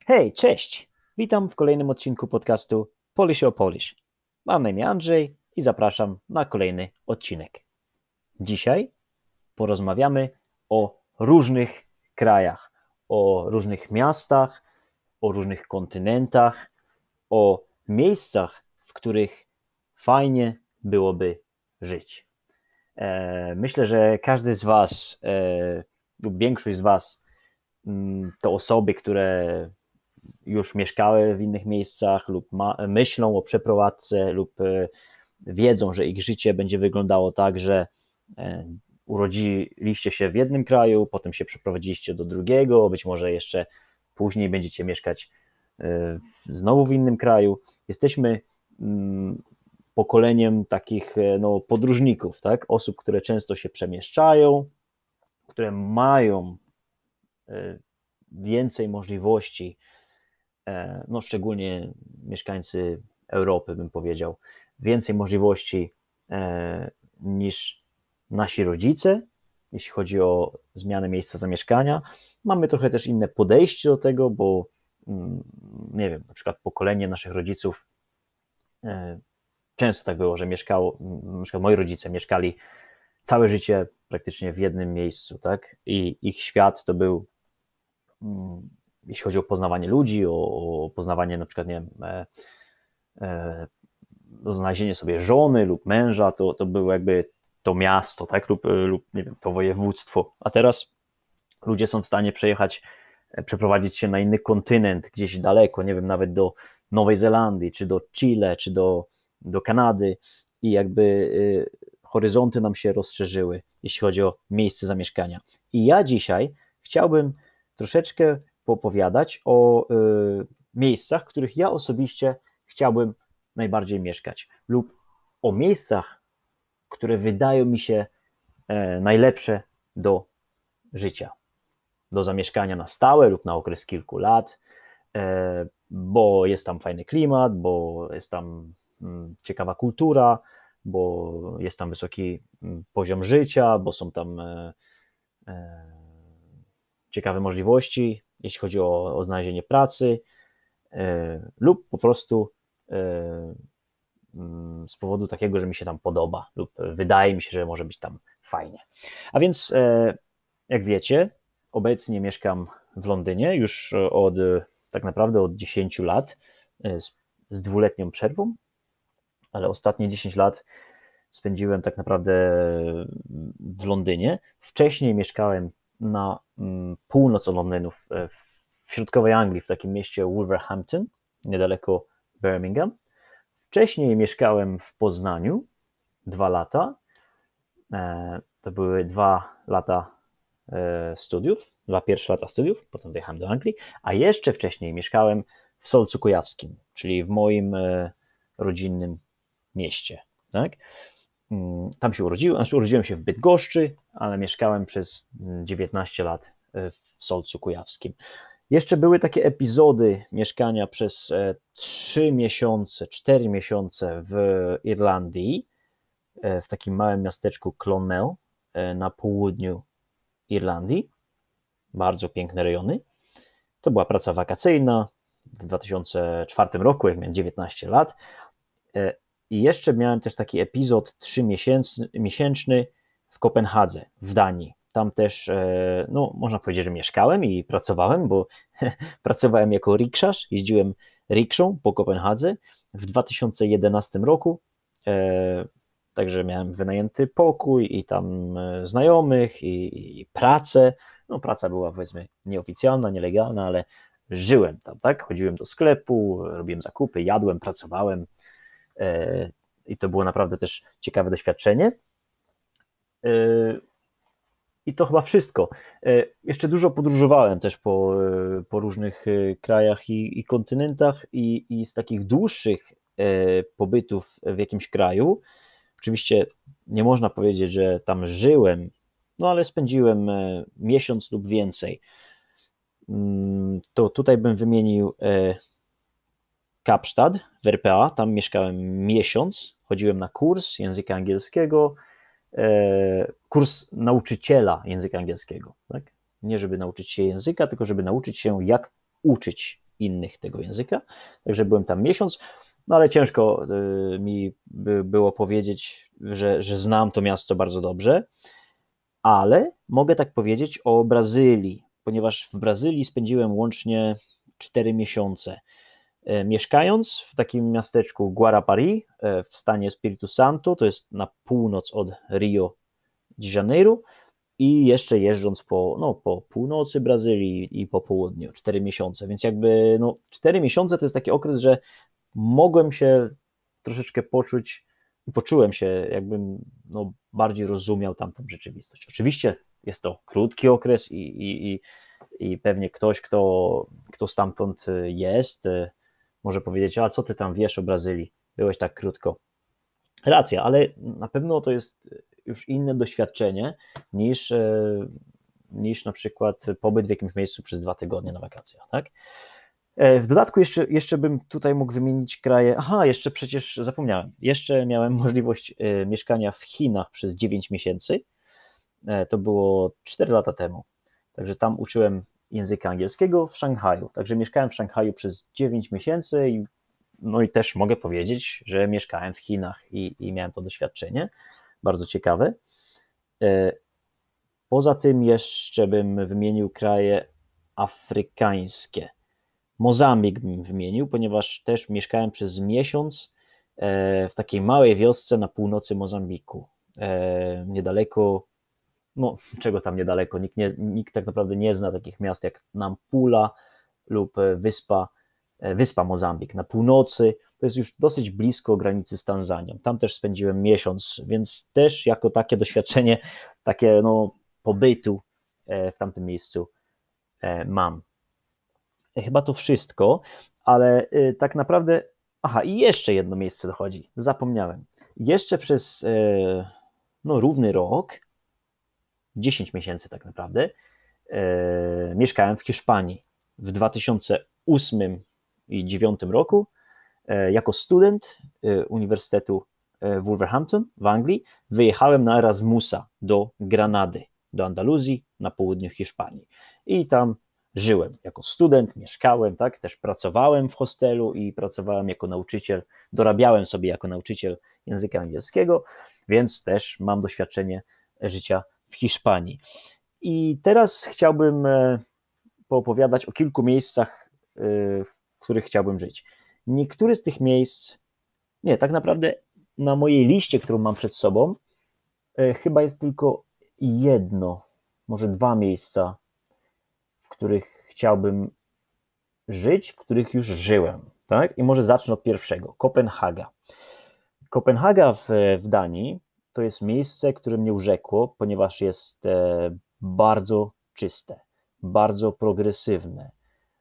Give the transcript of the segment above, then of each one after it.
Hej, cześć! Witam w kolejnym odcinku podcastu Polish o Polish. Mam na imię Andrzej i zapraszam na kolejny odcinek. Dzisiaj porozmawiamy o różnych krajach, o różnych miastach, o różnych kontynentach, o miejscach, w których fajnie byłoby żyć. Myślę, że każdy z Was lub większość z Was to osoby, które już mieszkały w innych miejscach lub myślą o przeprowadzce lub wiedzą, że ich życie będzie wyglądało tak, że urodziliście się w jednym kraju, potem się przeprowadziliście do drugiego, być może jeszcze później będziecie mieszkać znowu w innym kraju. Jesteśmy pokoleniem takich podróżników, tak? Osób, które często się przemieszczają, które mają więcej możliwości, szczególnie mieszkańcy Europy, bym powiedział, więcej możliwości niż nasi rodzice, jeśli chodzi o zmianę miejsca zamieszkania. Mamy trochę też inne podejście do tego, bo nie wiem, na przykład pokolenie naszych rodziców często tak było, że na przykład moi rodzice mieszkali całe życie praktycznie w jednym miejscu, tak? I ich świat to był, jeśli chodzi o poznawanie ludzi, o poznawanie na przykład, nie wiem, o znalezienie sobie żony lub męża, to było jakby to miasto, tak? Lub nie wiem, to województwo. A teraz ludzie są w stanie przeprowadzić się na inny kontynent, gdzieś daleko, nie wiem, nawet do Nowej Zelandii, czy do Chile, czy do Kanady i jakby horyzonty nam się rozszerzyły, jeśli chodzi o miejsce zamieszkania. I ja dzisiaj chciałbym troszeczkę poopowiadać o miejscach, w których ja osobiście chciałbym najbardziej mieszkać, lub o miejscach, które wydają mi się najlepsze do życia, do zamieszkania na stałe lub na okres kilku lat, bo jest tam fajny klimat, bo jest tam ciekawa kultura, bo jest tam wysoki poziom życia, bo są tam ciekawe możliwości, jeśli chodzi o znalezienie pracy, lub po prostu z powodu takiego, że mi się tam podoba lub wydaje mi się, że może być tam fajnie. A więc, jak wiecie, obecnie mieszkam w Londynie już tak naprawdę od 10 lat, z dwuletnią przerwą, ale ostatnie 10 lat spędziłem tak naprawdę w Londynie. Wcześniej mieszkałem na północ od Londynu, w środkowej Anglii, w takim mieście Wolverhampton, niedaleko Birmingham. Wcześniej mieszkałem w Poznaniu 2 lata. To były 2 lata studiów, 2 pierwsze lata studiów, potem wyjechałem do Anglii, a jeszcze wcześniej mieszkałem w Solcu Kujawskim, czyli w moim rodzinnym mieście. Tak? Tam się urodziłem się w Bydgoszczy, ale mieszkałem przez 19 lat w Solcu Kujawskim. Jeszcze były takie epizody mieszkania przez 3 miesiące, 4 miesiące w Irlandii, w takim małym miasteczku Clonmel na południu Irlandii. Bardzo piękne rejony. To była praca wakacyjna w 2004 roku, jak miałem 19 lat. I jeszcze miałem też taki epizod 3-miesięczny w Kopenhadze, w Danii. Tam też, można powiedzieć, że mieszkałem i pracowałem, bo pracowałem jako rikszarz, jeździłem rikszą po Kopenhadze w 2011 roku, także miałem wynajęty pokój i tam znajomych i pracę. Praca była, powiedzmy, nieoficjalna, nielegalna, ale żyłem tam, tak? Chodziłem do sklepu, robiłem zakupy, jadłem, pracowałem i to było naprawdę też ciekawe doświadczenie. I to chyba wszystko. Jeszcze dużo podróżowałem też po różnych krajach i kontynentach i z takich dłuższych pobytów w jakimś kraju, oczywiście nie można powiedzieć, że tam żyłem, ale spędziłem miesiąc lub więcej. To tutaj bym wymienił Kapsztad w RPA, tam mieszkałem miesiąc, chodziłem na kurs języka angielskiego, kurs nauczyciela języka angielskiego, tak? Nie żeby nauczyć się języka, tylko żeby nauczyć się, jak uczyć innych tego języka, także byłem tam miesiąc, no ale ciężko mi było powiedzieć, że znam to miasto bardzo dobrze, ale mogę tak powiedzieć o Brazylii, ponieważ w Brazylii spędziłem łącznie 4 miesiące. Mieszkając w takim miasteczku Guarapari w stanie Espírito Santo, to jest na północ od Rio de Janeiro, i jeszcze jeżdżąc po północy Brazylii i po południu, 4 miesiące, więc jakby 4 miesiące to jest taki okres, że mogłem się troszeczkę poczuć i poczułem się, jakbym bardziej rozumiał tamtą rzeczywistość. Oczywiście jest to krótki okres i pewnie ktoś, kto stamtąd jest, może powiedzieć, a co ty tam wiesz o Brazylii, byłeś tak krótko. Racja, ale na pewno to jest już inne doświadczenie niż na przykład pobyt w jakimś miejscu przez 2 tygodnie na wakacjach, tak? W dodatku jeszcze bym tutaj mógł wymienić kraje, jeszcze przecież zapomniałem, jeszcze miałem możliwość mieszkania w Chinach przez 9 miesięcy, to było 4 lata temu, także tam uczyłem języka angielskiego w Szanghaju, także mieszkałem w Szanghaju przez 9 miesięcy i też mogę powiedzieć, że mieszkałem w Chinach i miałem to doświadczenie, bardzo ciekawe. Poza tym jeszcze bym wymienił kraje afrykańskie. Mozambik bym wymienił, ponieważ też mieszkałem przez miesiąc w takiej małej wiosce na północy Mozambiku. Niedaleko, czego tam niedaleko, nikt tak naprawdę nie zna takich miast jak Nampula lub wyspa Mozambik na północy, to jest już dosyć blisko granicy z Tanzanią. Tam też spędziłem miesiąc, więc też jako takie doświadczenie, takie pobytu w tamtym miejscu mam. Chyba to wszystko, ale tak naprawdę, i jeszcze jedno miejsce dochodzi, zapomniałem. Jeszcze przez równy rok, 10 miesięcy tak naprawdę, mieszkałem w Hiszpanii w 2008 i 2009 roku jako student Uniwersytetu Wolverhampton w Anglii. Wyjechałem na Erasmusa do Granady, do Andaluzji na południu Hiszpanii i tam żyłem jako student, mieszkałem, tak, też pracowałem w hostelu i pracowałem jako nauczyciel, dorabiałem sobie jako nauczyciel języka angielskiego, więc też mam doświadczenie życia w Hiszpanii. I teraz chciałbym poopowiadać o kilku miejscach, w których chciałbym żyć. Niektóre z tych miejsc, tak naprawdę na mojej liście, którą mam przed sobą, chyba jest tylko jedno, może 2 miejsca, w których chciałbym żyć, w których już żyłem, tak? I może zacznę od pierwszego, Kopenhaga. Kopenhaga w Danii to jest miejsce, które mnie urzekło, ponieważ jest bardzo czyste, bardzo progresywne,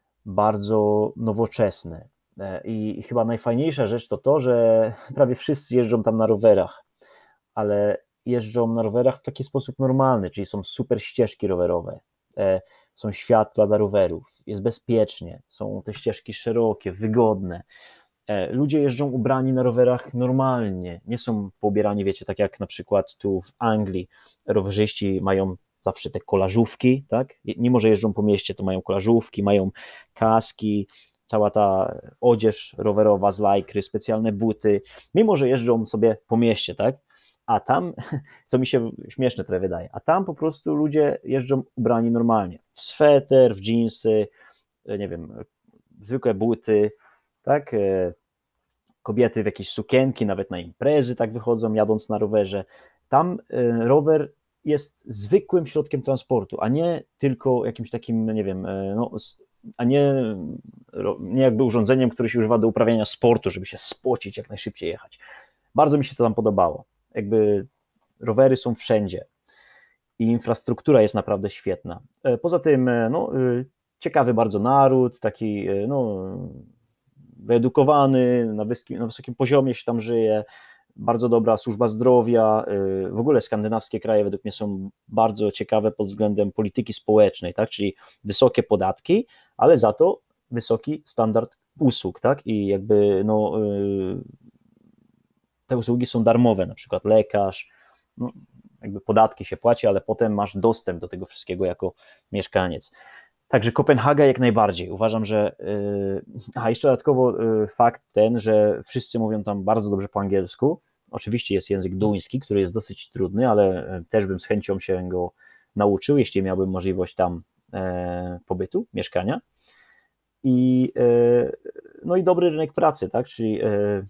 bardzo nowoczesne. I chyba najfajniejsza rzecz to, że prawie wszyscy jeżdżą tam na rowerach, ale jeżdżą na rowerach w taki sposób normalny, czyli są super ścieżki rowerowe, są światła dla rowerów, jest bezpiecznie, są te ścieżki szerokie, wygodne. Ludzie jeżdżą ubrani na rowerach normalnie, nie są poubierani, wiecie, tak jak na przykład tu w Anglii rowerzyści mają zawsze te kolażówki, tak? Mimo że jeżdżą po mieście, to mają kolażówki, mają kaski, cała ta odzież rowerowa z lajkry, specjalne buty, mimo że jeżdżą sobie po mieście, tak? A tam, co mi się śmieszne trochę wydaje, a tam po prostu ludzie jeżdżą ubrani normalnie, w sweter, w dżinsy, nie wiem, zwykłe buty, tak? Kobiety w jakieś sukienki, nawet na imprezy tak wychodzą, jadąc na rowerze. Tam rower jest zwykłym środkiem transportu, a nie tylko jakimś takim, nie wiem, a nie jakby urządzeniem, które się używa do uprawiania sportu, żeby się spocić, jak najszybciej jechać. Bardzo mi się to tam podobało. Jakby rowery są wszędzie i infrastruktura jest naprawdę świetna. Poza tym, ciekawy bardzo naród, taki, wyedukowany, na wysokim poziomie się tam żyje, bardzo dobra służba zdrowia. W ogóle skandynawskie kraje według mnie są bardzo ciekawe pod względem polityki społecznej, tak? Czyli wysokie podatki, ale za to wysoki standard usług, tak? I jakby te usługi są darmowe, na przykład lekarz, jakby podatki się płaci, ale potem masz dostęp do tego wszystkiego jako mieszkaniec. Także Kopenhaga jak najbardziej. Uważam, że... A jeszcze dodatkowo fakt ten, że wszyscy mówią tam bardzo dobrze po angielsku. Oczywiście jest język duński, który jest dosyć trudny, ale też bym z chęcią się go nauczył, jeśli miałbym możliwość tam pobytu, mieszkania. I, no i dobry rynek pracy, tak? Czyli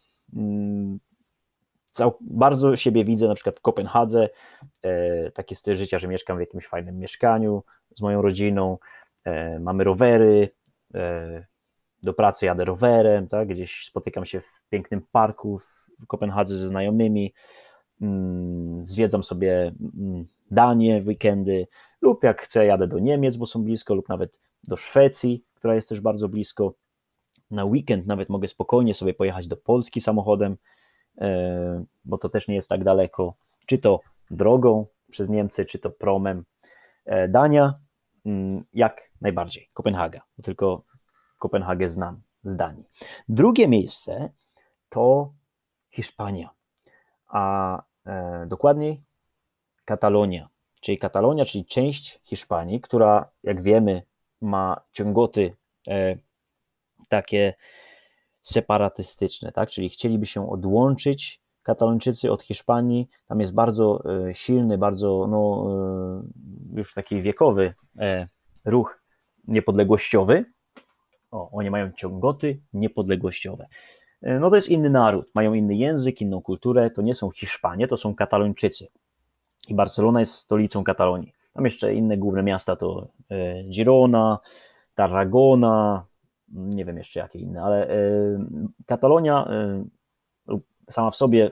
bardzo siebie widzę na przykład w Kopenhadze, taki styl życia, że mieszkam w jakimś fajnym mieszkaniu z moją rodziną, mamy rowery, do pracy jadę rowerem, tak? Gdzieś spotykam się w pięknym parku w Kopenhadze ze znajomymi, zwiedzam sobie Danię w weekendy, lub jak chcę jadę do Niemiec, bo są blisko, lub nawet do Szwecji, która jest też bardzo blisko. Na weekend nawet mogę spokojnie sobie pojechać do Polski samochodem, bo to też nie jest tak daleko, czy to drogą przez Niemcy, czy to promem. Dania jak najbardziej, Kopenhaga, bo tylko Kopenhagę znam z Danii. Drugie miejsce to Hiszpania, a dokładniej Katalonia, czyli część Hiszpanii, która jak wiemy ma ciągoty takie separatystyczne, tak? Czyli chcieliby się odłączyć Katalończycy od Hiszpanii. Tam jest bardzo silny, bardzo już taki wiekowy ruch niepodległościowy. Oni mają ciągoty niepodległościowe. No to jest inny naród, mają inny język, inną kulturę, to nie są Hiszpanie, to są Katalończycy. I Barcelona jest stolicą Katalonii. Tam jeszcze inne główne miasta to Girona, Tarragona, nie wiem jeszcze jakie inne, ale Katalonia sama w sobie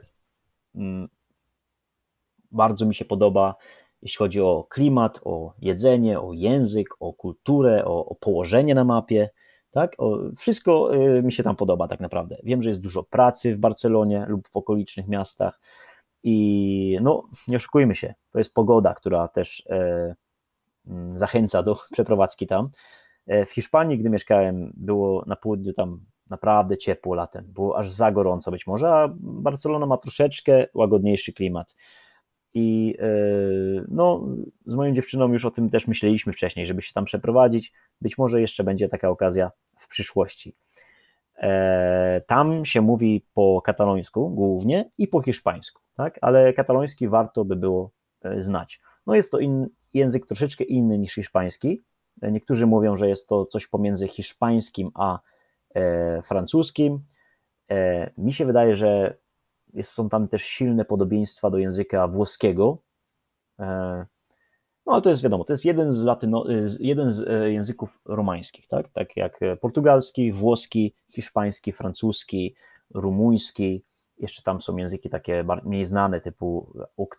bardzo mi się podoba, jeśli chodzi o klimat, o jedzenie, o język, o kulturę, o położenie na mapie, tak? Wszystko mi się tam podoba tak naprawdę. Wiem, że jest dużo pracy w Barcelonie lub w okolicznych miastach i no nie oszukujmy się, to jest pogoda, która też zachęca do przeprowadzki tam. W Hiszpanii, gdy mieszkałem, było na południu tam naprawdę ciepło latem, było aż za gorąco być może, a Barcelona ma troszeczkę łagodniejszy klimat. I no, z moją dziewczyną już o tym też myśleliśmy wcześniej, żeby się tam przeprowadzić. Być może jeszcze będzie taka okazja w przyszłości. Tam się mówi po katalońsku głównie i po hiszpańsku, tak? Ale kataloński warto by było znać. No jest to język troszeczkę inny niż hiszpański. Niektórzy mówią, że jest to coś pomiędzy hiszpańskim a francuskim. Mi się wydaje, że są tam też silne podobieństwa do języka włoskiego. No ale to jest wiadomo, to jest jeden z języków romańskich, tak? Tak jak portugalski, włoski, hiszpański, francuski, rumuński. Jeszcze tam są języki takie mniej znane typu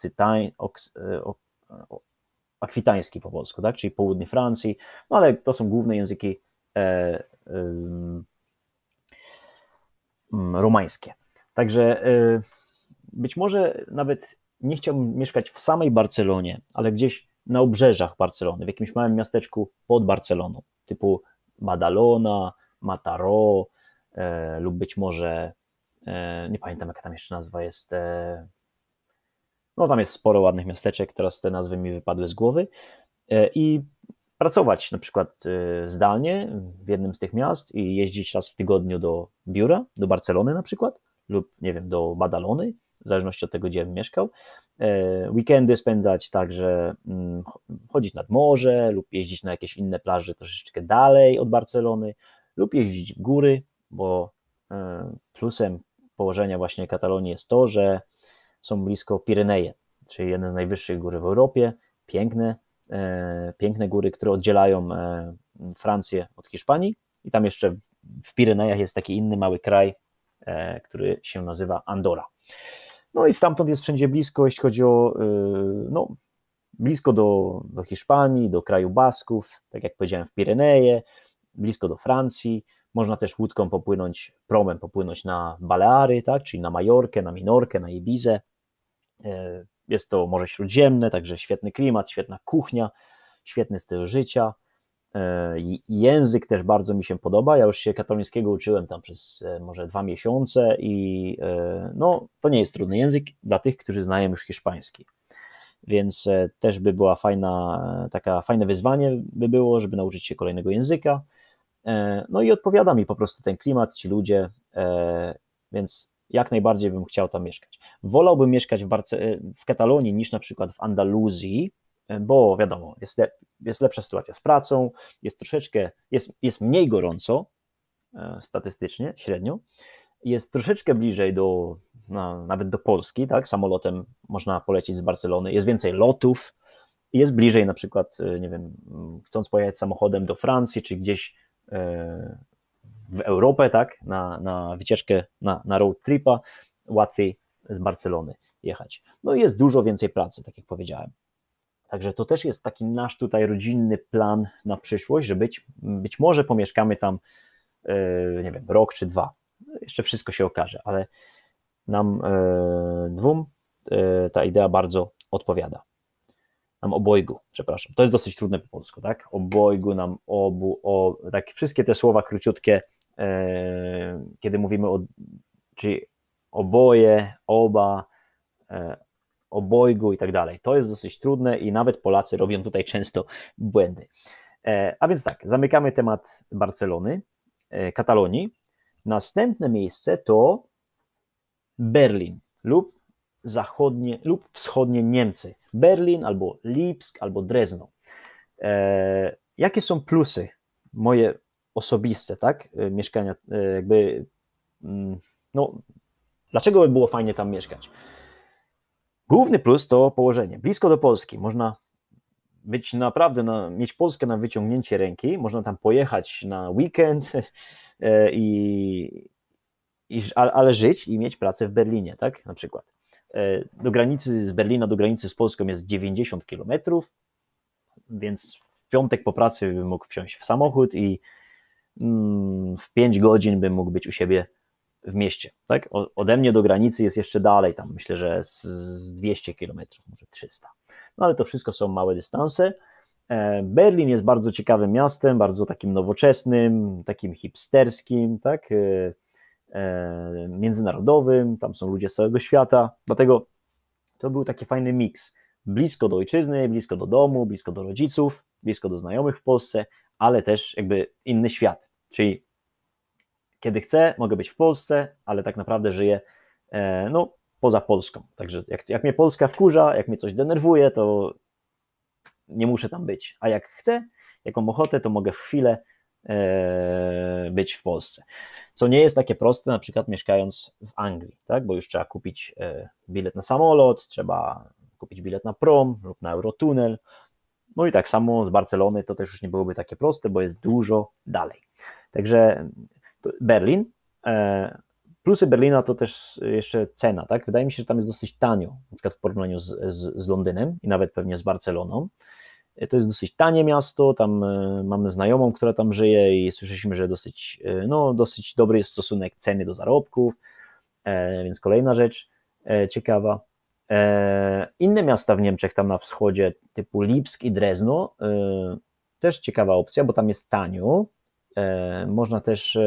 akwitański po polsku, tak? Czyli południe Francji, no ale to są główne języki romańskie. Także być może nawet nie chciałbym mieszkać w samej Barcelonie, ale gdzieś na obrzeżach Barcelony, w jakimś małym miasteczku pod Barceloną, typu Badalona, Mataró, lub być może, nie pamiętam jaka tam jeszcze nazwa jest, no tam jest sporo ładnych miasteczek, teraz te nazwy mi wypadły z głowy, i pracować na przykład zdalnie w jednym z tych miast i jeździć raz w tygodniu do biura, do Barcelony na przykład, lub nie wiem, do Badalony, w zależności od tego, gdzie bym mieszkał. Weekendy spędzać tak, że chodzić nad morze lub jeździć na jakieś inne plaże troszeczkę dalej od Barcelony lub jeździć w góry, bo plusem położenia właśnie Katalonii jest to, że są blisko Pireneje, czyli jedne z najwyższych gór w Europie, piękne góry, które oddzielają Francję od Hiszpanii i tam jeszcze w Pirenejach jest taki inny mały kraj, który się nazywa Andorra. No i stamtąd jest wszędzie blisko, jeśli chodzi o, no, blisko do Hiszpanii, do kraju Basków, tak jak powiedziałem w Pireneje, blisko do Francji, można też łódką promem popłynąć na Baleary, tak, czyli na Majorkę, na Minorkę, na Ibizę. Jest to Morze Śródziemne, także świetny klimat, świetna kuchnia, świetny styl życia. Język też bardzo mi się podoba. Ja już się katalońskiego uczyłem tam przez może 2 miesiące i no, to nie jest trudny język dla tych, którzy znają już hiszpański. więc też by była fajne wyzwanie by było, żeby nauczyć się kolejnego języka. No i odpowiada mi po prostu ten klimat, ci ludzie, więc jak najbardziej bym chciał tam mieszkać. Wolałbym mieszkać w Katalonii niż na przykład w Andaluzji, bo wiadomo, jest lepsza sytuacja z pracą, jest mniej gorąco, statystycznie, średnio, jest troszeczkę bliżej nawet do Polski, tak, samolotem można polecieć z Barcelony, jest więcej lotów, jest bliżej na przykład, nie wiem, chcąc pojechać samochodem do Francji, czy gdzieś w Europę, tak, na wycieczkę, na road tripa, łatwiej z Barcelony jechać. No i jest dużo więcej pracy, tak jak powiedziałem. Także to też jest taki nasz tutaj rodzinny plan na przyszłość, że być może pomieszkamy tam, nie wiem, rok czy dwa. Jeszcze wszystko się okaże, ale nam dwóm ta idea bardzo odpowiada. Nam obojgu, przepraszam. To jest dosyć trudne po polsku, tak? Obojgu, nam obu, tak wszystkie te słowa króciutkie, kiedy mówimy czyli oboje, oba, obojgu i tak dalej. To jest dosyć trudne i nawet Polacy robią tutaj często błędy. A więc tak, zamykamy temat Barcelony, Katalonii. Następne miejsce to Berlin lub wschodnie Niemcy. Berlin albo Lipsk albo Drezno. Jakie są plusy moje osobiste, tak, mieszkania, jakby, no, dlaczego by było fajnie tam mieszkać? Główny plus to położenie, blisko do Polski, można być naprawdę, mieć Polskę na wyciągnięcie ręki, można tam pojechać na weekend, ale żyć i mieć pracę w Berlinie, tak, na przykład. Z Berlina do granicy z Polską jest 90 km, więc w piątek po pracy bym mógł wsiąść w samochód i w 5 godzin bym mógł być u siebie w mieście. Tak? Ode mnie do granicy jest jeszcze dalej, tam myślę, że z 200 km, może 300. No ale to wszystko są małe dystanse. Berlin jest bardzo ciekawym miastem, bardzo takim nowoczesnym, takim hipsterskim, tak? Międzynarodowym, tam są ludzie z całego świata, dlatego to był taki fajny miks. Blisko do ojczyzny, blisko do domu, blisko do rodziców, blisko do znajomych w Polsce, ale też jakby inny świat, czyli kiedy chcę, mogę być w Polsce, ale tak naprawdę żyję poza Polską. Także jak mnie Polska wkurza, jak mnie coś denerwuje, to nie muszę tam być. A jak chcę, jak mam ochotę, to mogę w chwilę być w Polsce. Co nie jest takie proste, na przykład mieszkając w Anglii, tak? Bo już trzeba kupić bilet na samolot, trzeba kupić bilet na prom lub na Eurotunnel. No i tak samo z Barcelony to też już nie byłoby takie proste, bo jest dużo dalej. Także Berlin. Plusy Berlina to też jeszcze cena, tak? Wydaje mi się, że tam jest dosyć tanio, na przykład w porównaniu z Londynem i nawet pewnie z Barceloną. To jest dosyć tanie miasto, tam mamy znajomą, która tam żyje i słyszeliśmy, że dosyć dobry jest stosunek ceny do zarobków, więc kolejna rzecz ciekawa. Inne miasta w Niemczech, tam na wschodzie, typu Lipsk i Drezno, też ciekawa opcja, bo tam jest tanio. Można też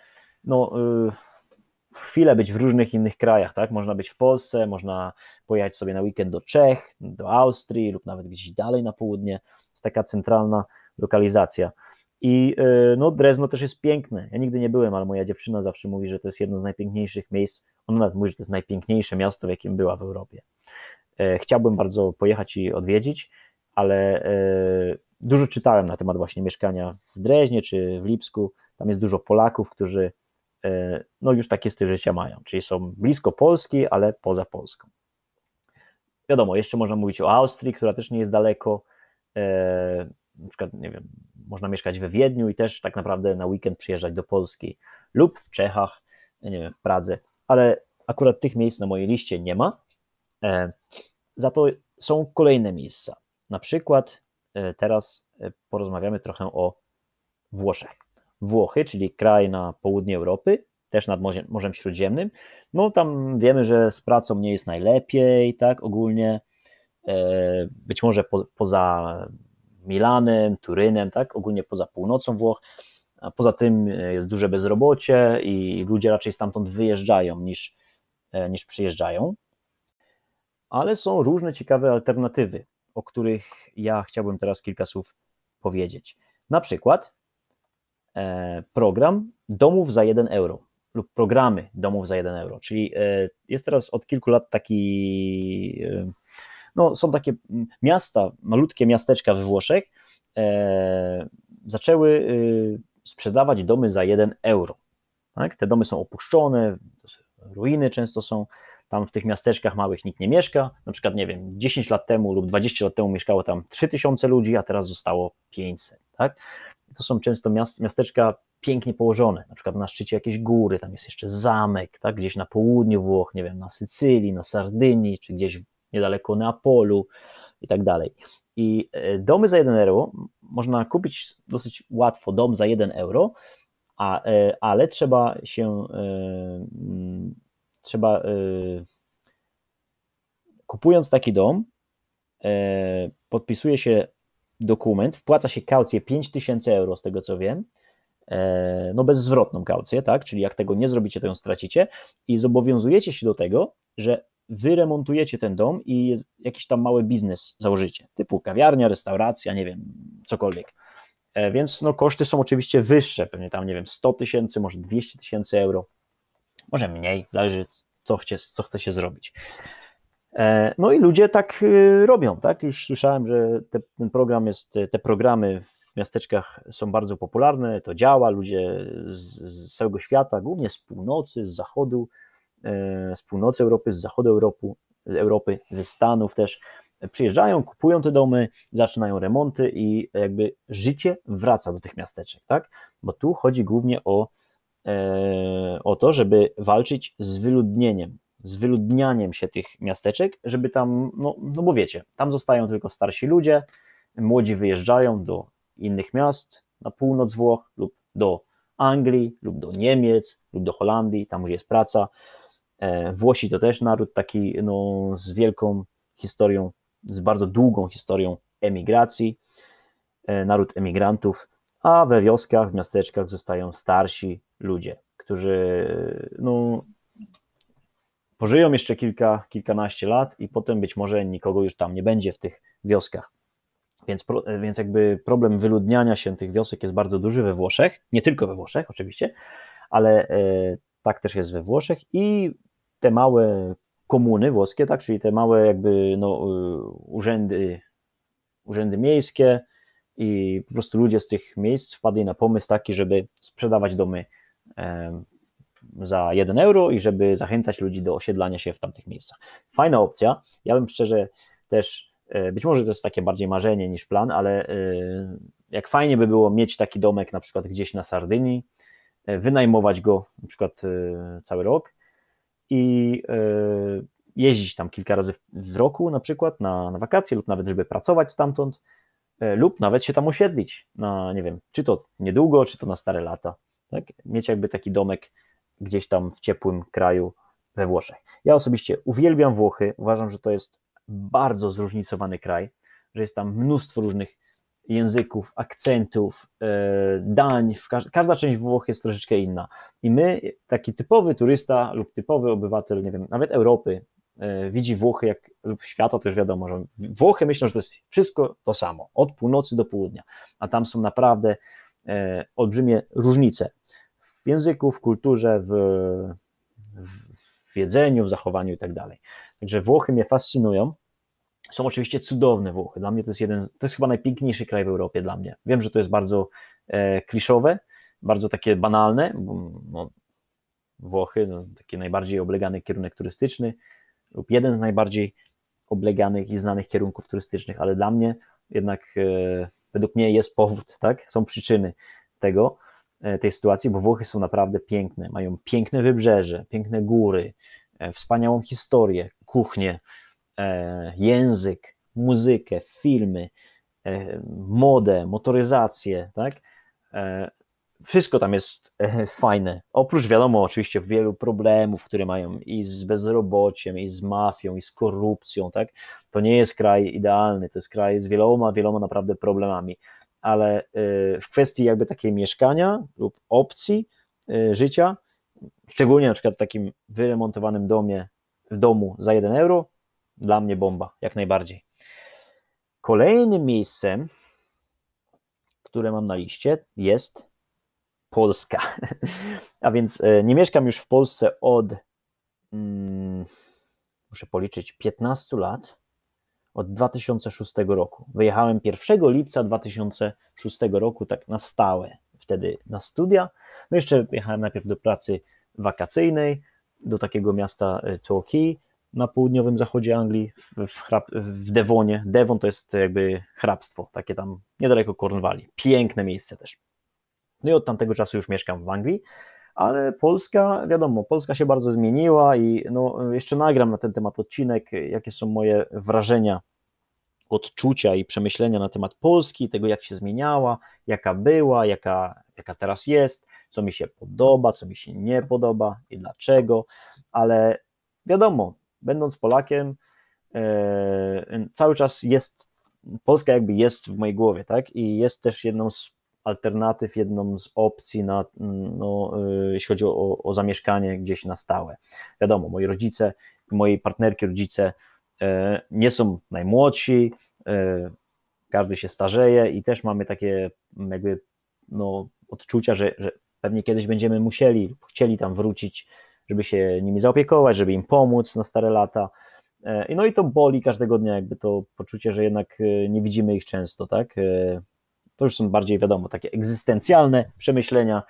w chwilę być w różnych innych krajach, tak? Można być w Polsce, można pojechać sobie na weekend do Czech, do Austrii lub nawet gdzieś dalej na południe. To jest taka centralna lokalizacja. I Drezno też jest piękne. Ja nigdy nie byłem, ale moja dziewczyna zawsze mówi, że to jest jedno z najpiękniejszych miejsc. Ona nawet mówi, że to jest najpiękniejsze miasto, w jakim była w Europie. Chciałbym bardzo pojechać i odwiedzić, ale dużo czytałem na temat właśnie mieszkania w Dreźnie czy w Lipsku. Tam jest dużo Polaków, którzy już takie styl życia mają, czyli są blisko Polski, ale poza Polską. Wiadomo, jeszcze można mówić o Austrii, która też nie jest daleko, na przykład, nie wiem, można mieszkać we Wiedniu i też tak naprawdę na weekend przyjeżdżać do Polski lub w Czechach, nie wiem, w Pradze, ale akurat tych miejsc na mojej liście nie ma, za to są kolejne miejsca. Na przykład teraz porozmawiamy trochę o Włoszech. Włochy, czyli kraj na południe Europy, też nad Morzem Śródziemnym. No tam wiemy, że z pracą nie jest najlepiej, tak, ogólnie. Być może poza Milanem, Turynem, tak, ogólnie poza północą Włoch. A poza tym jest duże bezrobocie i ludzie raczej stamtąd wyjeżdżają niż przyjeżdżają. ale są różne ciekawe alternatywy, o których ja chciałbym teraz kilka słów powiedzieć. Na przykład program domów za 1 euro lub programy domów za 1 euro, czyli jest teraz od kilku lat taki, no są takie miasta, malutkie miasteczka we Włoszech, zaczęły sprzedawać domy za 1 euro. Tak? Te domy są opuszczone, ruiny często są, tam w tych miasteczkach małych nikt nie mieszka, na przykład, nie wiem, 10 lat temu lub 20 lat temu mieszkało tam 3000 ludzi, a teraz zostało 500, tak? To są często miasteczka pięknie położone, na przykład na szczycie jakiejś góry, tam jest jeszcze zamek, tak? Gdzieś na południu Włoch, nie wiem, na Sycylii, na Sardynii, czy gdzieś niedaleko Neapolu i tak dalej. I domy za 1 euro można kupić dosyć łatwo, dom za 1 euro, ale trzeba kupując taki dom, podpisuje się dokument, wpłaca się kaucję 5000 euro, z tego co wiem, no bezzwrotną kaucję, tak, czyli jak tego nie zrobicie, to ją stracicie i zobowiązujecie się do tego, że wy remontujecie ten dom i jakiś tam mały biznes założycie, typu kawiarnia, restauracja, nie wiem, cokolwiek. Więc no, koszty są oczywiście wyższe, pewnie tam, nie wiem, 100 000, może 200 000 euro, może mniej, zależy co chce się zrobić. No i ludzie tak robią, tak? Już słyszałem, że te programy w miasteczkach są bardzo popularne, to działa, ludzie z całego świata, głównie z północy, z zachodu, z północy Europy, z zachodu Europy, ze Stanów też, przyjeżdżają, kupują te domy, zaczynają remonty i jakby życie wraca do tych miasteczek, tak? Bo tu chodzi głównie o to, żeby walczyć z wyludnianiem się tych miasteczek, żeby tam, no bo wiecie, tam zostają tylko starsi ludzie, młodzi wyjeżdżają do innych miast, na północ Włoch lub do Anglii, lub do Niemiec, lub do Holandii, tam gdzie jest praca. Włosi to też naród taki no, z wielką historią, z bardzo długą historią emigracji, naród emigrantów, a we wioskach, w miasteczkach zostają starsi ludzie, którzy no, pożyją jeszcze kilkanaście lat i potem być może nikogo już tam nie będzie w tych wioskach. Więc jakby problem wyludniania się tych wiosek jest bardzo duży we Włoszech, nie tylko we Włoszech oczywiście, ale tak też jest we Włoszech i te małe komuny włoskie, tak, czyli te małe jakby no, urzędy miejskie i po prostu ludzie z tych miejsc wpadli na pomysł taki, żeby sprzedawać domy za 1 euro i żeby zachęcać ludzi do osiedlania się w tamtych miejscach. Fajna opcja. Ja bym szczerze też, być może to jest takie bardziej marzenie niż plan, ale jak fajnie by było mieć taki domek na przykład gdzieś na Sardynii, wynajmować go na przykład cały rok i jeździć tam kilka razy w roku na przykład na wakacje lub nawet żeby pracować stamtąd lub nawet się tam osiedlić na, nie wiem, czy to niedługo, czy to na stare lata. Tak? Mieć jakby taki domek gdzieś tam w ciepłym kraju we Włoszech. Ja osobiście uwielbiam Włochy, uważam, że to jest bardzo zróżnicowany kraj, że jest tam mnóstwo różnych języków, akcentów, dań, każda część Włoch jest troszeczkę inna i my, taki typowy turysta lub typowy obywatel, nie wiem, nawet Europy, widzi Włochy lub świata, to już wiadomo, że Włochy myślą, że to jest wszystko to samo, od północy do południa, a tam są naprawdę olbrzymie różnice w języku, w kulturze, w jedzeniu, w zachowaniu i tak dalej. Także Włochy mnie fascynują. Są oczywiście cudowne Włochy. Dla mnie to jest chyba najpiękniejszy kraj w Europie dla mnie. Wiem, że to jest bardzo kliszowe, bardzo takie banalne, bo no, Włochy, no, taki najbardziej oblegany kierunek turystyczny lub jeden z najbardziej obleganych i znanych kierunków turystycznych, ale dla mnie jednak według mnie jest powód, tak? Są przyczyny tej sytuacji, bo Włochy są naprawdę piękne, mają piękne wybrzeże, piękne góry, wspaniałą historię, kuchnię, język, muzykę, filmy, modę, motoryzację, tak? Wszystko tam jest fajne. Oprócz, wiadomo, oczywiście wielu problemów, które mają i z bezrobociem, i z mafią, i z korupcją, tak? To nie jest kraj idealny, to jest kraj z wieloma naprawdę problemami, ale w kwestii jakby takiej mieszkania lub opcji życia, szczególnie na przykład w takim wyremontowanym domu za 1 euro, dla mnie bomba, jak najbardziej. Kolejnym miejscem, które mam na liście, jest Polska. A więc nie mieszkam już w Polsce od, muszę policzyć, 15 lat, od 2006 roku. Wyjechałem 1 lipca 2006 roku, tak na stałe, wtedy na studia. No jeszcze jechałem najpierw do pracy wakacyjnej, do takiego miasta Torquay na południowym zachodzie Anglii, w Devonie. Devon to jest jakby hrabstwo, takie tam niedaleko Cornwalli. Piękne miejsce też. No i od tamtego czasu już mieszkam w Anglii, ale Polska, wiadomo, Polska się bardzo zmieniła i no, jeszcze nagram na ten temat odcinek, jakie są moje wrażenia, odczucia i przemyślenia na temat Polski, tego jak się zmieniała, jaka była, jaka teraz jest, co mi się podoba, co mi się nie podoba i dlaczego, ale wiadomo, będąc Polakiem, cały czas Polska jakby jest w mojej głowie, tak? I jest też jedną z alternatyw, jedną z opcji jeśli chodzi o zamieszkanie gdzieś na stałe. Wiadomo, moi rodzice, mojej partnerki rodzice nie są najmłodsi, każdy się starzeje i też mamy takie jakby odczucia, że pewnie kiedyś będziemy chcieli tam wrócić, żeby się nimi zaopiekować, żeby im pomóc na stare lata. No i to boli każdego dnia, jakby to poczucie, że jednak nie widzimy ich często, tak? To już są bardziej, wiadomo, takie egzystencjalne przemyślenia.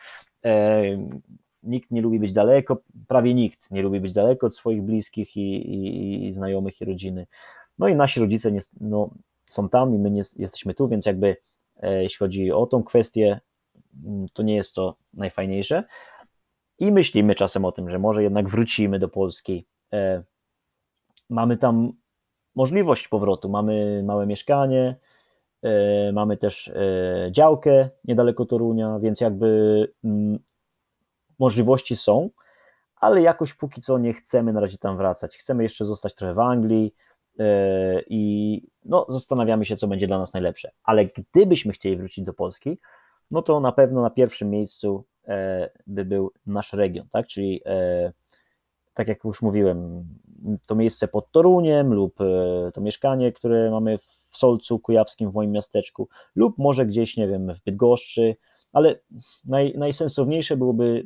Nikt nie lubi być daleko, prawie nikt nie lubi być daleko od swoich bliskich i znajomych i rodziny. No i nasi rodzice są tam i my jesteśmy tu, więc jakby jeśli chodzi o tą kwestię, to nie jest to najfajniejsze. I myślimy czasem o tym, że może jednak wrócimy do Polski. Mamy tam możliwość powrotu, mamy małe mieszkanie, mamy też działkę niedaleko Torunia, więc jakby możliwości są, ale jakoś póki co nie chcemy na razie tam wracać. Chcemy jeszcze zostać trochę w Anglii i zastanawiamy się, co będzie dla nas najlepsze. Ale gdybyśmy chcieli wrócić do Polski, no to na pewno na pierwszym miejscu by był nasz region, tak? Czyli tak jak już mówiłem, to miejsce pod Toruniem lub to mieszkanie, które mamy w Solcu Kujawskim, w moim miasteczku, lub może gdzieś, nie wiem, w Bydgoszczy, ale najsensowniejsze byłoby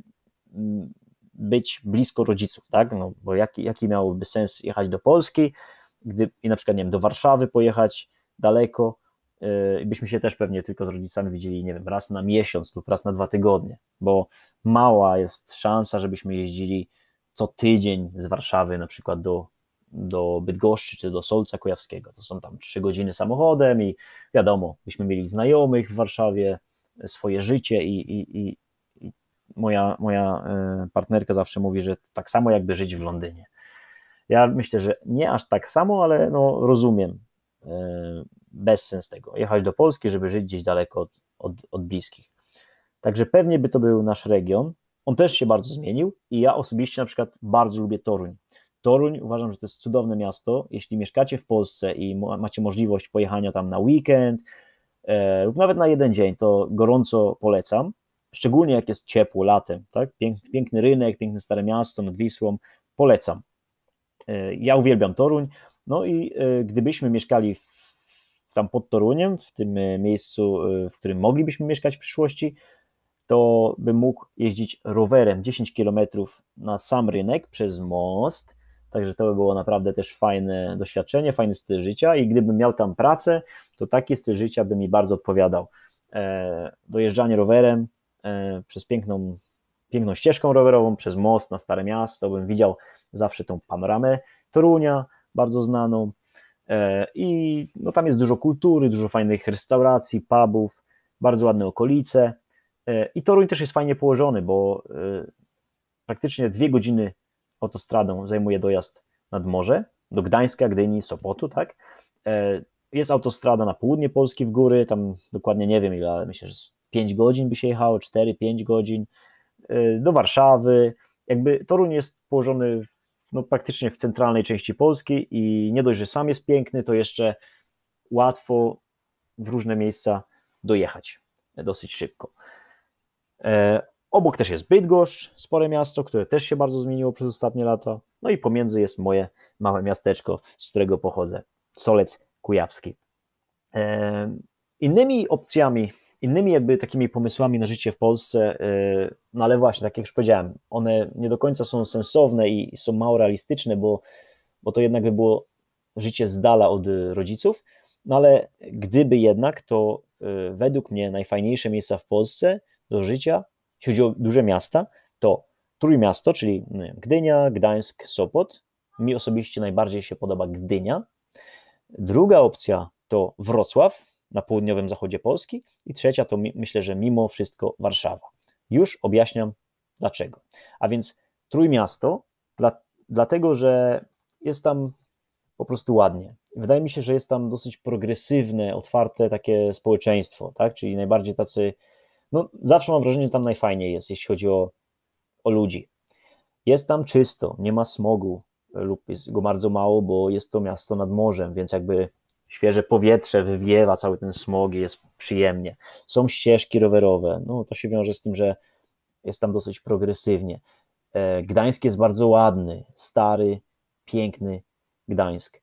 być blisko rodziców, tak? No, bo jaki miałoby sens jechać do Polski, i na przykład, nie wiem, do Warszawy pojechać daleko, byśmy się też pewnie tylko z rodzicami widzieli, nie wiem, raz na miesiąc lub raz na 2 tygodnie, bo mała jest szansa, żebyśmy jeździli co tydzień z Warszawy na przykład do Bydgoszczy czy do Solca Kujawskiego. To są tam 3 godziny samochodem i wiadomo, byśmy mieli znajomych w Warszawie, swoje życie i moja partnerka zawsze mówi, że tak samo jakby żyć w Londynie. Ja myślę, że nie aż tak samo, ale rozumiem bezsens tego. Jechać do Polski, żeby żyć gdzieś daleko od bliskich. Także pewnie by to był nasz region. On też się bardzo zmienił i ja osobiście na przykład bardzo lubię Toruń. Toruń uważam, że to jest cudowne miasto. Jeśli mieszkacie w Polsce i macie możliwość pojechania tam na weekend lub nawet na 1 dzień, to gorąco polecam. Szczególnie jak jest ciepło latem, tak? Piękny rynek, piękne stare miasto nad Wisłą. Polecam. Ja uwielbiam Toruń. No i gdybyśmy mieszkali tam pod Toruniem, w tym miejscu, w którym moglibyśmy mieszkać w przyszłości, to bym mógł jeździć rowerem 10 km na sam rynek przez most, także to by było naprawdę też fajne doświadczenie, fajny styl życia i gdybym miał tam pracę, to taki styl życia by mi bardzo odpowiadał. Dojeżdżanie rowerem przez piękną ścieżką rowerową, przez most na Stare Miasto, bym widział zawsze tą panoramę Torunia, bardzo znaną i tam jest dużo kultury, dużo fajnych restauracji, pubów, bardzo ładne okolice. I Toruń też jest fajnie położony, bo praktycznie 2 godziny autostradą zajmuje dojazd nad morze, do Gdańska, Gdyni, Sopotu, tak? Jest autostrada na południe Polski w góry, tam dokładnie nie wiem ile, ale myślę, że 5 godzin by się jechało, 4-5 godzin, do Warszawy. Jakby Toruń jest położony praktycznie w centralnej części Polski i nie dość, że sam jest piękny, to jeszcze łatwo w różne miejsca dojechać dosyć szybko. Obok też jest Bydgoszcz, spore miasto, które też się bardzo zmieniło przez ostatnie lata. no i pomiędzy jest moje małe miasteczko, z którego pochodzę, Solec Kujawski. Innymi opcjami, innymi jakby takimi pomysłami na życie w Polsce, no ale właśnie, tak jak już powiedziałem, one nie do końca są sensowne i są mało realistyczne, bo to jednak by było życie z dala od rodziców, no ale gdyby jednak, to według mnie najfajniejsze miejsca w Polsce do życia, jeśli chodzi o duże miasta, to Trójmiasto, czyli Gdynia, Gdańsk, Sopot. Mi osobiście najbardziej się podoba Gdynia. Druga opcja to Wrocław na południowym zachodzie Polski i trzecia to myślę, że mimo wszystko Warszawa. Już objaśniam dlaczego. A więc Trójmiasto, dlatego że jest tam po prostu ładnie. Wydaje mi się, że jest tam dosyć progresywne, otwarte takie społeczeństwo, tak? Czyli najbardziej tacy, no zawsze mam wrażenie, że tam najfajniej jest, jeśli chodzi o ludzi. Jest tam czysto, nie ma smogu lub jest go bardzo mało, bo jest to miasto nad morzem, więc jakby świeże powietrze wywiewa cały ten smog i jest przyjemnie. Są ścieżki rowerowe, no to się wiąże z tym, że jest tam dosyć progresywnie. Gdańsk jest bardzo ładny, stary, piękny Gdańsk.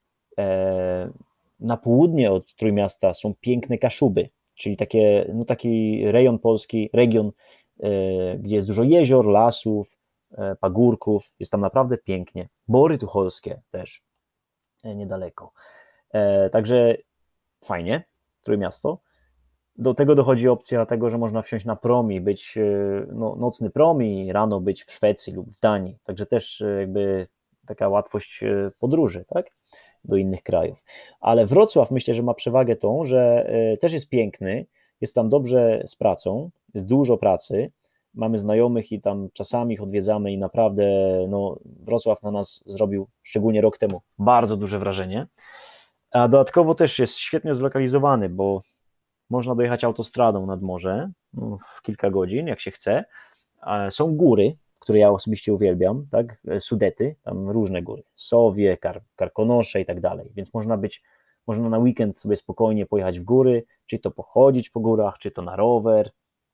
Na południe od Trójmiasta są piękne Kaszuby, czyli taki rejon polski, region, gdzie jest dużo jezior, lasów, pagórków, jest tam naprawdę pięknie. Bory tucholskie też niedaleko. Także fajnie, Trójmiasto. Do tego dochodzi opcja tego, że można wsiąść na prom i być nocny prom i rano być w Szwecji lub w Danii. Także też jakby taka łatwość podróży, tak? Do innych krajów. Ale Wrocław myślę, że ma przewagę tą, że też jest piękny, jest tam dobrze z pracą, jest dużo pracy, mamy znajomych i tam czasami ich odwiedzamy i naprawdę Wrocław na nas zrobił, szczególnie rok temu, bardzo duże wrażenie. A dodatkowo też jest świetnie zlokalizowany, bo można dojechać autostradą nad morze w kilka godzin, jak się chce. Są góry, które ja osobiście uwielbiam, tak? Sudety, tam różne góry, Sowie, Karkonosze i tak dalej, więc można na weekend sobie spokojnie pojechać w góry, czy to pochodzić po górach, czy to na rower,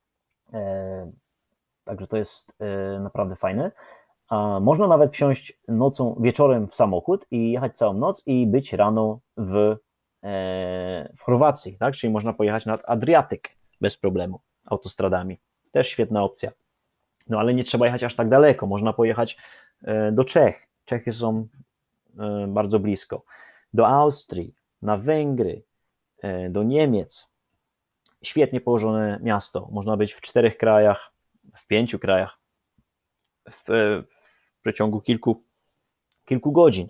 także to jest naprawdę fajne. Można nawet wsiąść wieczorem w samochód i jechać całą noc i być rano w Chorwacji, tak? Czyli można pojechać nad Adriatyk bez problemu autostradami. Też świetna opcja. No ale nie trzeba jechać aż tak daleko, można pojechać do Czech. Czechy są bardzo blisko. Do Austrii, na Węgry, do Niemiec. Świetnie położone miasto. Można być w 4 krajach, w 5 krajach w przeciągu kilku godzin.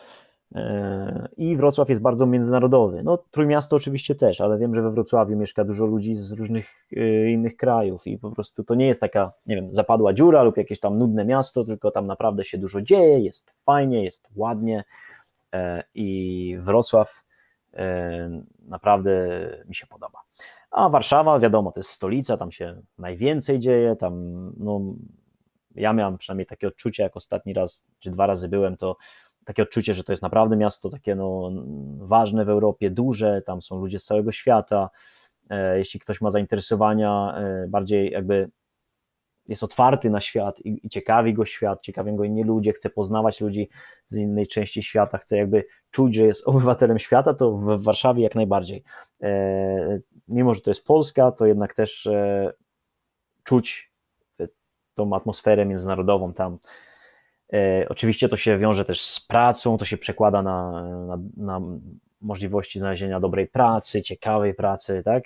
I Wrocław jest bardzo międzynarodowy. No Trójmiasto oczywiście też, ale wiem, że we Wrocławiu mieszka dużo ludzi z różnych innych krajów i po prostu to nie jest taka, nie wiem, zapadła dziura lub jakieś tam nudne miasto, tylko tam naprawdę się dużo dzieje, jest fajnie, jest ładnie i Wrocław naprawdę mi się podoba. A Warszawa, wiadomo, to jest stolica, tam się najwięcej dzieje, tam ja miałem przynajmniej takie odczucie, jak ostatni raz czy 2 razy byłem, to takie odczucie, że to jest naprawdę miasto takie ważne w Europie, duże, tam są ludzie z całego świata. Jeśli ktoś ma zainteresowania, bardziej jakby jest otwarty na świat i ciekawi go świat, ciekawią go inni ludzie, chce poznawać ludzi z innej części świata, chce jakby czuć, że jest obywatelem świata, to w Warszawie jak najbardziej. Mimo że to jest Polska, to jednak też czuć tą atmosferę międzynarodową tam. Oczywiście to się wiąże też z pracą, to się przekłada na możliwości znalezienia dobrej pracy, ciekawej pracy, tak?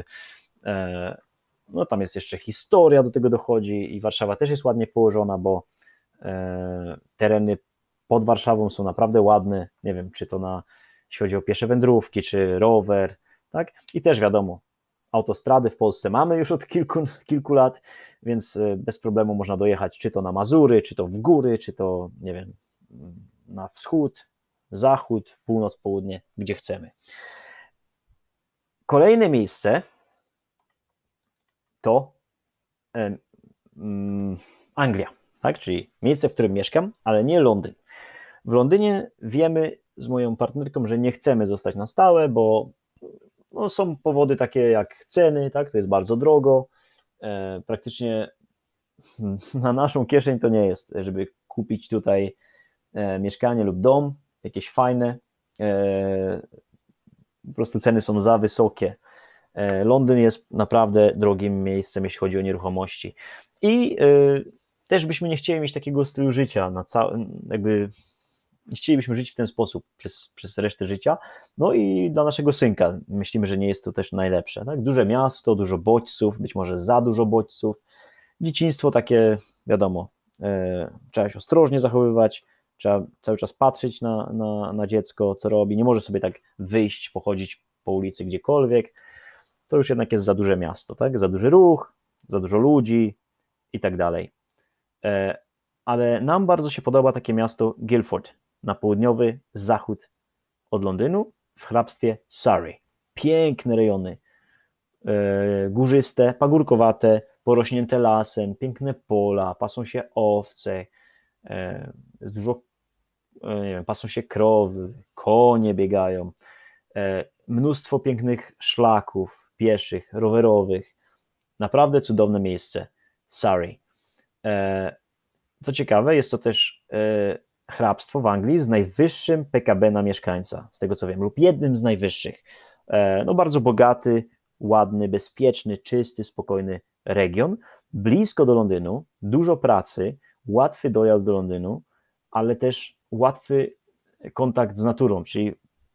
No tam jest jeszcze historia, do tego dochodzi i Warszawa też jest ładnie położona, bo tereny pod Warszawą są naprawdę ładne, nie wiem, czy to jeśli chodzi o piesze wędrówki, czy rower, tak? I też wiadomo, autostrady w Polsce mamy już od kilku lat, więc bez problemu można dojechać czy to na Mazury, czy to w góry, czy to, nie wiem, na wschód, zachód, północ, południe, gdzie chcemy. Kolejne miejsce to Anglia, tak? Czyli miejsce, w którym mieszkam, ale nie Londyn. W Londynie wiemy z moją partnerką, że nie chcemy zostać na stałe, bo są powody takie jak ceny, tak? To jest bardzo drogo, praktycznie na naszą kieszeń to nie jest, żeby kupić tutaj mieszkanie lub dom, jakieś fajne, po prostu ceny są za wysokie. Londyn jest naprawdę drogim miejscem, jeśli chodzi o nieruchomości. I też byśmy nie chcieli mieć takiego stylu życia, jakby nie chcielibyśmy żyć w ten sposób przez resztę życia. No i dla naszego synka myślimy, że nie jest to też najlepsze. Tak? Duże miasto, dużo bodźców, być może za dużo bodźców. Dzieciństwo takie, wiadomo, trzeba się ostrożnie zachowywać, trzeba cały czas patrzeć na dziecko, co robi. Nie może sobie tak wyjść, pochodzić po ulicy gdziekolwiek. To już jednak jest za duże miasto, tak? Za duży ruch, za dużo ludzi i tak dalej. Ale nam bardzo się podoba takie miasto Guildford, na południowy zachód od Londynu, w hrabstwie Surrey. Piękne rejony, górzyste, pagórkowate, porośnięte lasem, piękne pola, pasą się owce, jest dużo, nie wiem, pasą się krowy, konie biegają, mnóstwo pięknych szlaków pieszych, rowerowych. Naprawdę cudowne miejsce, Surrey. Co ciekawe, jest to też hrabstwo w Anglii z najwyższym PKB na mieszkańca, z tego co wiem, lub jednym z najwyższych. No bardzo bogaty, ładny, bezpieczny, czysty, spokojny region, blisko do Londynu, dużo pracy, łatwy dojazd do Londynu, ale też łatwy kontakt z naturą, czyli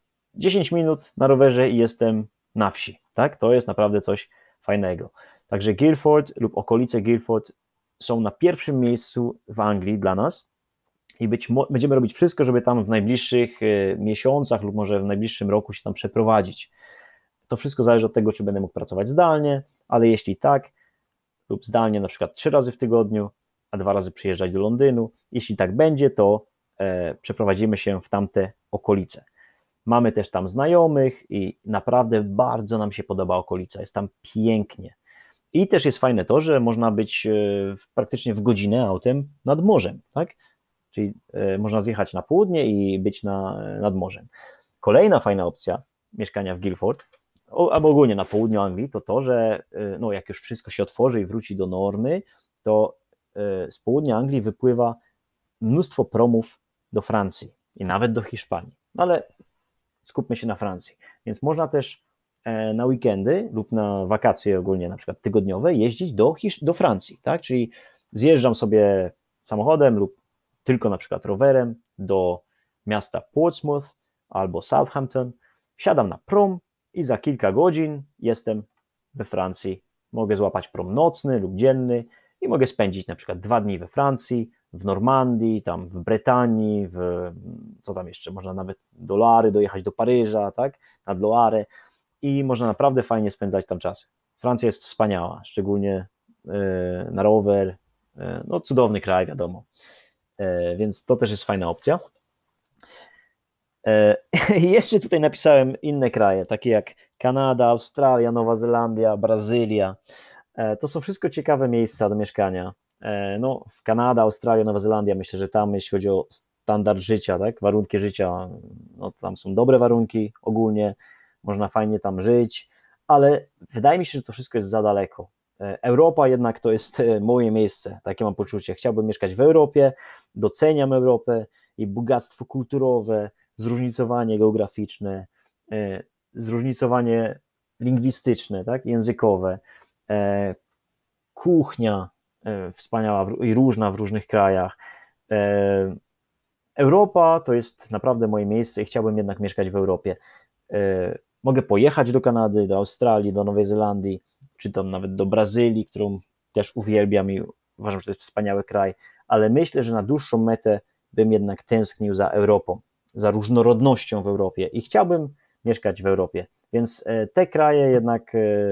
10 minut na rowerze i jestem na wsi, tak? To jest naprawdę coś fajnego. Także Guildford lub okolice Guildford są na pierwszym miejscu w Anglii dla nas i będziemy robić wszystko, żeby tam w najbliższych miesiącach lub może w najbliższym roku się tam przeprowadzić. To wszystko zależy od tego, czy będę mógł pracować zdalnie, ale jeśli tak, lub zdalnie na przykład 3 razy w tygodniu, a 2 razy przyjeżdżać do Londynu, jeśli tak będzie, to przeprowadzimy się w tamte okolice. Mamy też tam znajomych i naprawdę bardzo nam się podoba okolica, jest tam pięknie. I też jest fajne to, że można być praktycznie w godzinę autem nad morzem, tak? Czyli można zjechać na południe i być nad morzem. Kolejna fajna opcja mieszkania w Guildford, albo ogólnie na południu Anglii, to to, że no, jak już wszystko się otworzy i wróci do normy, to z południa Anglii wypływa mnóstwo promów do Francji i nawet do Hiszpanii. No ale skupmy się na Francji. Więc można też na weekendy lub na wakacje ogólnie, na przykład tygodniowe, jeździć do Francji, tak? Czyli zjeżdżam sobie samochodem lub tylko na przykład rowerem do miasta Portsmouth albo Southampton, wsiadam na prom i za kilka godzin jestem we Francji. Mogę złapać prom nocny lub dzienny i mogę spędzić na przykład 2 dni we Francji, w Normandii, tam w Brytanii, co tam jeszcze, można nawet do Loary dojechać do Paryża, tak, nad Loarę i można naprawdę fajnie spędzać tam czas. Francja jest wspaniała, szczególnie na rower, no cudowny kraj, wiadomo, więc to też jest fajna opcja. I jeszcze tutaj napisałem inne kraje, takie jak Kanada, Australia, Nowa Zelandia, Brazylia. To są wszystko ciekawe miejsca do mieszkania. No, Kanada, Australia, Nowa Zelandia, myślę, że tam jeśli chodzi o standard życia, tak, warunki życia, no tam są dobre warunki ogólnie, można fajnie tam żyć, ale wydaje mi się, że to wszystko jest za daleko. Europa jednak to jest moje miejsce, takie mam poczucie. Chciałbym mieszkać w Europie, doceniam Europę i bogactwo kulturowe, zróżnicowanie geograficzne, zróżnicowanie lingwistyczne, tak, językowe, kuchnia wspaniała i różna w różnych krajach. Europa to jest naprawdę moje miejsce i chciałbym jednak mieszkać w Europie. Mogę pojechać do Kanady, do Australii, do Nowej Zelandii, czy tam nawet do Brazylii, którą też uwielbiam i uważam, że to jest wspaniały kraj, ale myślę, że na dłuższą metę bym jednak tęsknił za Europą, za różnorodnością w Europie i chciałbym mieszkać w Europie, więc te kraje jednak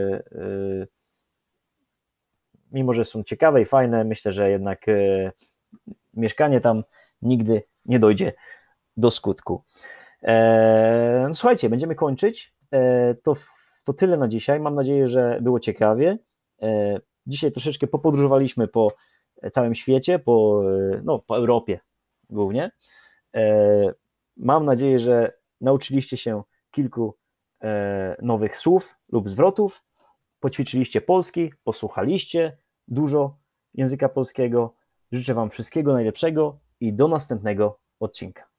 mimo że są ciekawe i fajne, myślę, że jednak mieszkanie tam nigdy nie dojdzie do skutku. Słuchajcie, będziemy kończyć. To tyle na dzisiaj. Mam nadzieję, że było ciekawie. Dzisiaj troszeczkę popodróżowaliśmy po całym świecie, po Europie głównie. Mam nadzieję, że nauczyliście się kilku nowych słów lub zwrotów, poćwiczyliście polski, posłuchaliście dużo języka polskiego. Życzę Wam wszystkiego najlepszego i do następnego odcinka.